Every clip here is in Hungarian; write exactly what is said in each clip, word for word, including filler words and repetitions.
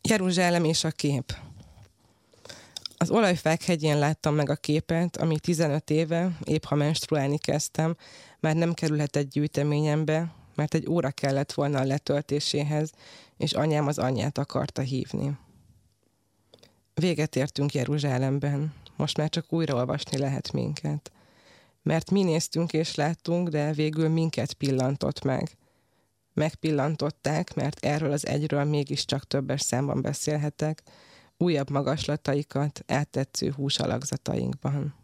Jeruzsálem és a kép. Az Olajfák hegyén láttam meg a képet, ami tizenöt éve, épp ha menstruálni kezdtem, már nem kerülhetett gyűjteményembe, mert egy óra kellett volna a letöltéséhez, és anyám az anyját akarta hívni. Véget értünk Jeruzsálemben, most már csak újraolvasni lehet minket. Mert mi néztünk és láttunk, de végül minket pillantott meg. Megpillantották, mert erről az egyről mégiscsak többes számban beszélhetek, újabb magaslataikat áttetsző húsalakzatainkban.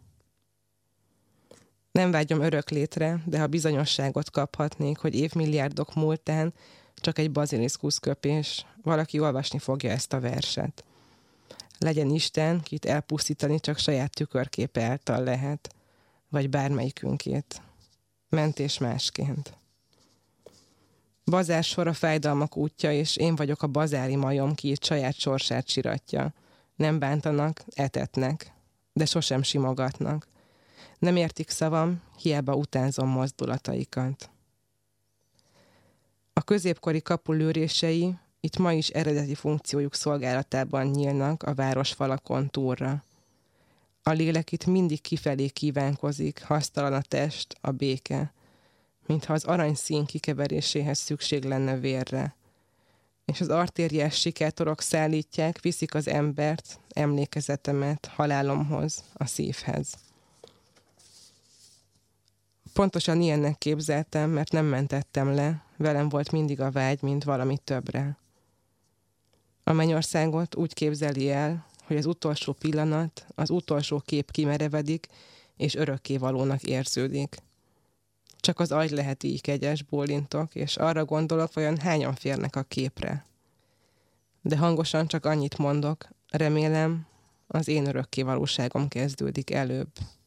Nem vágyom örök létre, de ha bizonyosságot kaphatnék, hogy évmilliárdok múltán csak egy baziliszkusz köpés, valaki olvasni fogja ezt a verset. Legyen Isten, kit elpusztítani csak saját tükörképe által lehet, vagy bármelyikünkét. Mentés másként. Bazársor a fájdalmak útja, és én vagyok a bazári majom, ki itt saját sorsát siratja. Nem bántanak, etetnek, de sosem simogatnak. Nem értik szavam, hiába utánzom mozdulataikat. A középkori kapu lőrései itt ma is eredeti funkciójuk szolgálatában nyílnak a városfalakon túlra. A lélek itt mindig kifelé kívánkozik, hasztalan a test, a béke, mintha az aranyszín kikeveréséhez szükség lenne vérre. És az artériás sikátorok szállítják, viszik az embert, emlékezetemet halálomhoz, a szívhez. Pontosan ilyennek képzeltem, mert nem mentettem le, velem volt mindig a vágy, mint valami többre. A mennyországot úgy képzeli el, hogy az utolsó pillanat, az utolsó kép kimerevedik, és örökkévalónak érződik. Csak az agy lehet így kegyes, bólintok, és arra gondolok, vajon hányan férnek a képre. De hangosan csak annyit mondok, remélem, az én örökkévalóságom kezdődik előbb.